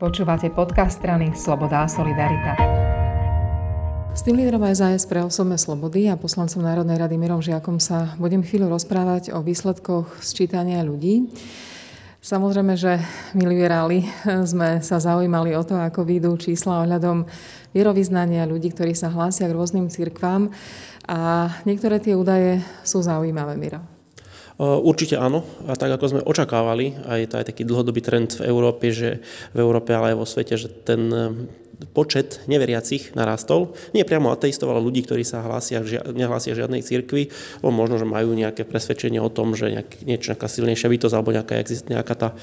Počúvate podcast strany Sloboda a Solidarita. S tým lídrom SAS pre osobné slobody a poslancom Národnej rady Mirom Žiakom sa budem chvíľu rozprávať o výsledkoch sčítania ľudí. Samozrejme, že my liberáli sme sa zaujímali o to, ako vyjdú čísla ohľadom vierovyznania ľudí, ktorí sa hlásia k rôznym cirkvám. A niektoré tie údaje sú zaujímavé, Miro. Určite áno. A tak ako sme očakávali, aj to je taký dlhodobý trend v Európe, ale aj vo svete, že ten počet neveriacich narastol. Nie priamo ateistov, ale ľudí, ktorí sa nehlásia žiadnej cirkvi, možno, že majú nejaké presvedčenie o tom, že nejaká silnejšia bytosť alebo nejaká tá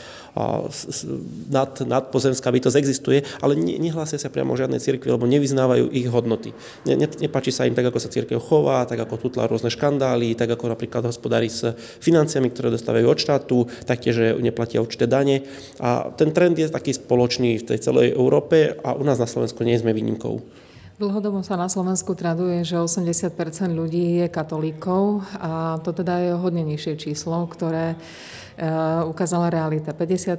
nadpozemská bytosť existuje, ale nehlásia sa priamo žiadnej cirkvi, lebo nevyznávajú ich hodnoty. Nepáči sa im tak, ako sa cirkev chová, tak ako tutlá rôzne škandály, tak ako napríklad hospodári s financiami, ktoré dostávajú od štátu, taktiež, že neplatia určité dane. A ten trend je taký spoločný v tej celej Európe a u nás na Slovensku nie sme výnimkou. Dlhodobo sa na Slovensku traduje, že 80% ľudí je katolíkov a to teda je hodne nižšie číslo, ktoré ukázala realita.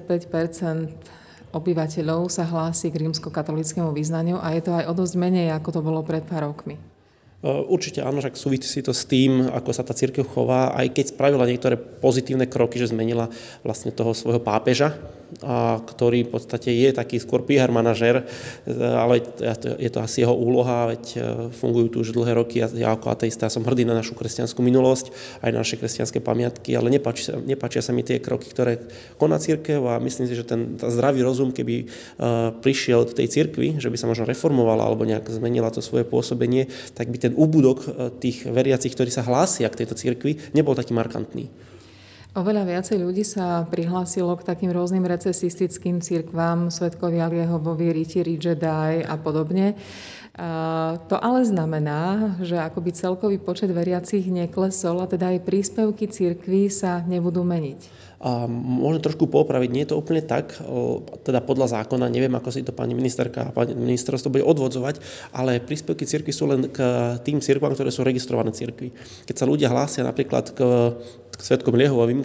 55% obyvateľov sa hlási k rímskokatolíckemu vyznaniu a je to aj o dosť menej, ako to bolo pred pár rokmi. Určite áno, však súvisí to s tým, ako sa tá cirkev chová, aj keď spravila niektoré pozitívne kroky, že zmenila vlastne toho svojho pápeža, ktorý v podstate je taký skôr PR manažér, ale je to asi jeho úloha, veď fungujú tu už dlhé roky a ja ako ateista som hrdý na našu kresťanskú minulosť, aj na naše kresťanské pamiatky, ale nepáčia sa mi tie kroky, ktoré koná cirkev a myslím si, že ten zdravý rozum, keby prišiel do tej cirkvi, že by sa možno reformovala alebo nejak zmenila to svoje pôsobenie, tak by ten úbudok tých veriacich, ktorí sa hlásia k tejto cirkvi, nebol taký markantný. Oveľa viacej ľudí sa prihlásilo k takým rôznym recesistickým cirkvám, Svedkovia Jehovovi, Rytieri Jedi a podobne. To ale znamená, že akoby celkový počet veriacich neklesol a teda aj príspevky cirkví sa nebudú meniť. A môžem trošku poopraviť, nie je to úplne tak, teda podľa zákona, neviem, ako si to pani ministerka a pani ministerstvo bude odvodzovať, ale príspevky cirkvi sú len k tým cirkvám, ktoré sú registrované cirkvi. Keď sa ľudia hlásia napríklad k Svedkom Jehovovým,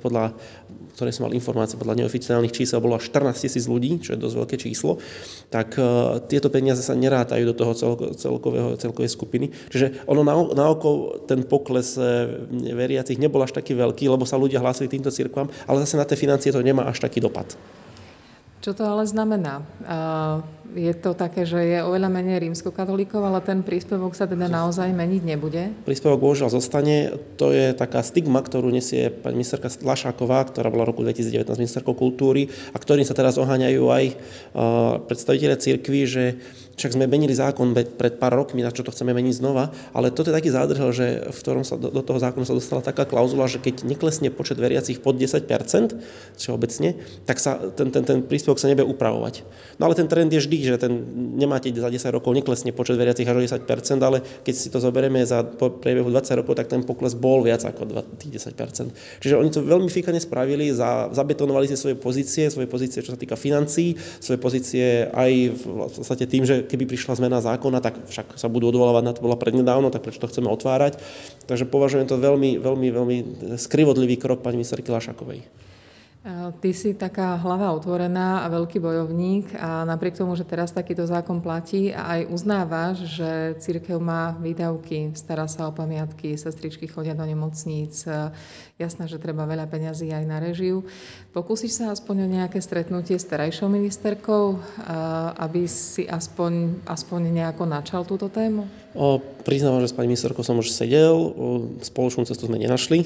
ktoré som mal informácie podľa neoficiálnych čísel, bolo až 14 000 ľudí, čo je dosť veľké číslo, tak tieto peniaze sa nerátajú do toho celkovej skupiny. Čiže ono na oko ten pokles veriacich nebol až taký veľký, lebo sa ľudia hlásili týmto cirkvám, ale zase na tie financie to nemá až taký dopad. Čo to ale znamená? Je to také, že je oveľa menej rímskokatolíkov, ale ten príspevok sa teda naozaj meniť nebude? Príspevok bohužiaľ zostane. To je taká stigma, ktorú nesie pani ministerka Lašáková, ktorá bola v roku 2019 ministerkou kultúry a ktorým sa teraz oháňajú aj predstavitelia cirkvi, že však sme menili zákon pred pár rokmi, na čo to chceme meniť znova, ale toto je taký zádrhel, že v ktorom sa do toho zákonu sa dostala taká klauzula, že keď neklesne počet veriacich pod 10%, všeobecne, tak sa ten príspevok sa nebude upravovať. No ale ten trend je vždy, že nemáte za 10 rokov neklesne počet veriacich až o 10%, ale keď si to zoberieme za priebehu 20 rokov, tak ten pokles bol viac ako 10%. Čiže oni to veľmi fikane spravili, zabetonovali si svoje pozície, čo sa týka financií, svoje pozície aj v podstate tým, že keby prišla zmena zákona, tak však sa budú odvolávať na to, bola prednedávno, tak prečo to chceme otvárať. Takže považujem to veľmi, veľmi, veľmi skrivodlivý krok pani ministerky Lašákovej. Ty si taká hlava otvorená a veľký bojovník a napriek tomu, že teraz takýto zákon platí a aj uznávaš, že cirkev má výdavky, stará sa o pamiatky, sestričky chodia do nemocníc, jasné, že treba veľa peňazí aj na režiu. Pokúsiš sa aspoň o nejaké stretnutie s terajšou ministerkou, aby si aspoň nejako načal túto tému? Priznávam, že s pani ministerkou som už sedel, spoločnú cestu sme nenašli.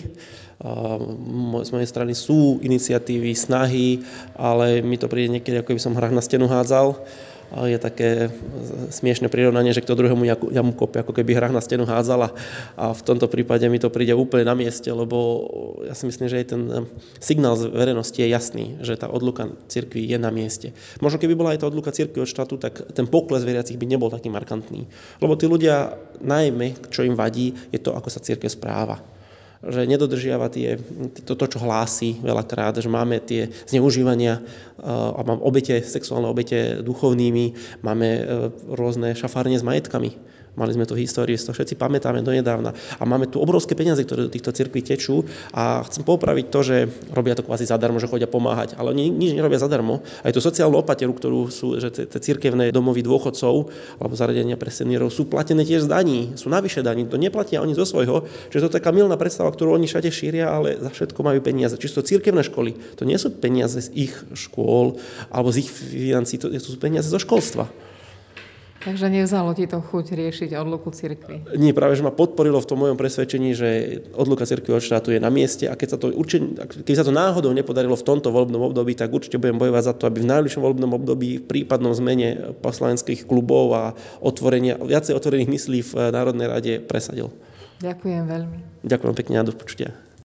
Z mojej strany sú iniciatívy, snahy, ale mi to príde niekedy, ako by som hrách na stenu hádzal. Je také smiešne prirovnanie, že kto druhému jamu kope, ako keby hrách na stenu hádzala. A v tomto prípade mi to príde úplne na mieste, lebo ja si myslím, že aj ten signál z verejnosti je jasný, že tá odluka cirkvi je na mieste. Možno keby bola aj tá odluka cirkvi od štátu, tak ten pokles veriacich by nebol taký markantný. Lebo tí ľudia, najmä, čo im vadí, je to, ako sa cirkev správa. Že nedodržiava to, čo hlási veľakrát, že máme tie zneužívania a mám sexuálne obete duchovnými, máme rôzne šafárne s majetkami. Mali sme to v histórii, to všetci pamätáme donedávna. A máme tu obrovské peniaze, ktoré do týchto cirkví tečú a chcem popraviť to, že robia to kvázi zadarmo, že chodia pomáhať, ale oni nič nerobia zadarmo. Aj tú sociálnu opateru, ktorú sú, že tie cirkevné domovy dôchodcov alebo zariadenia pre seniorov sú platené tiež z daní, sú navyše daní, to neplatia oni zo svojho, že to je taká mylná predstava, ktorú oni všade šíria, ale za všetko majú peniaze. Čisto cirkevné školy, to nie sú peniaze z ich škôl alebo z ich financií, to sú peniaze zo školstva. Takže nevzalo ti to chuť riešiť odluku cirkvi? Nie, práve že ma podporilo v tom mojom presvedčení, že odluka cirkvi od štátu je na mieste a keď sa to náhodou nepodarilo v tomto volebnom období, tak určite budem bojovať za to, aby v najbližšom volebnom období v prípadnom zmene poslaneckých klubov a viacej otvorených myslí v Národnej rade presadil. Ďakujem veľmi. Ďakujem pekne a do počutia.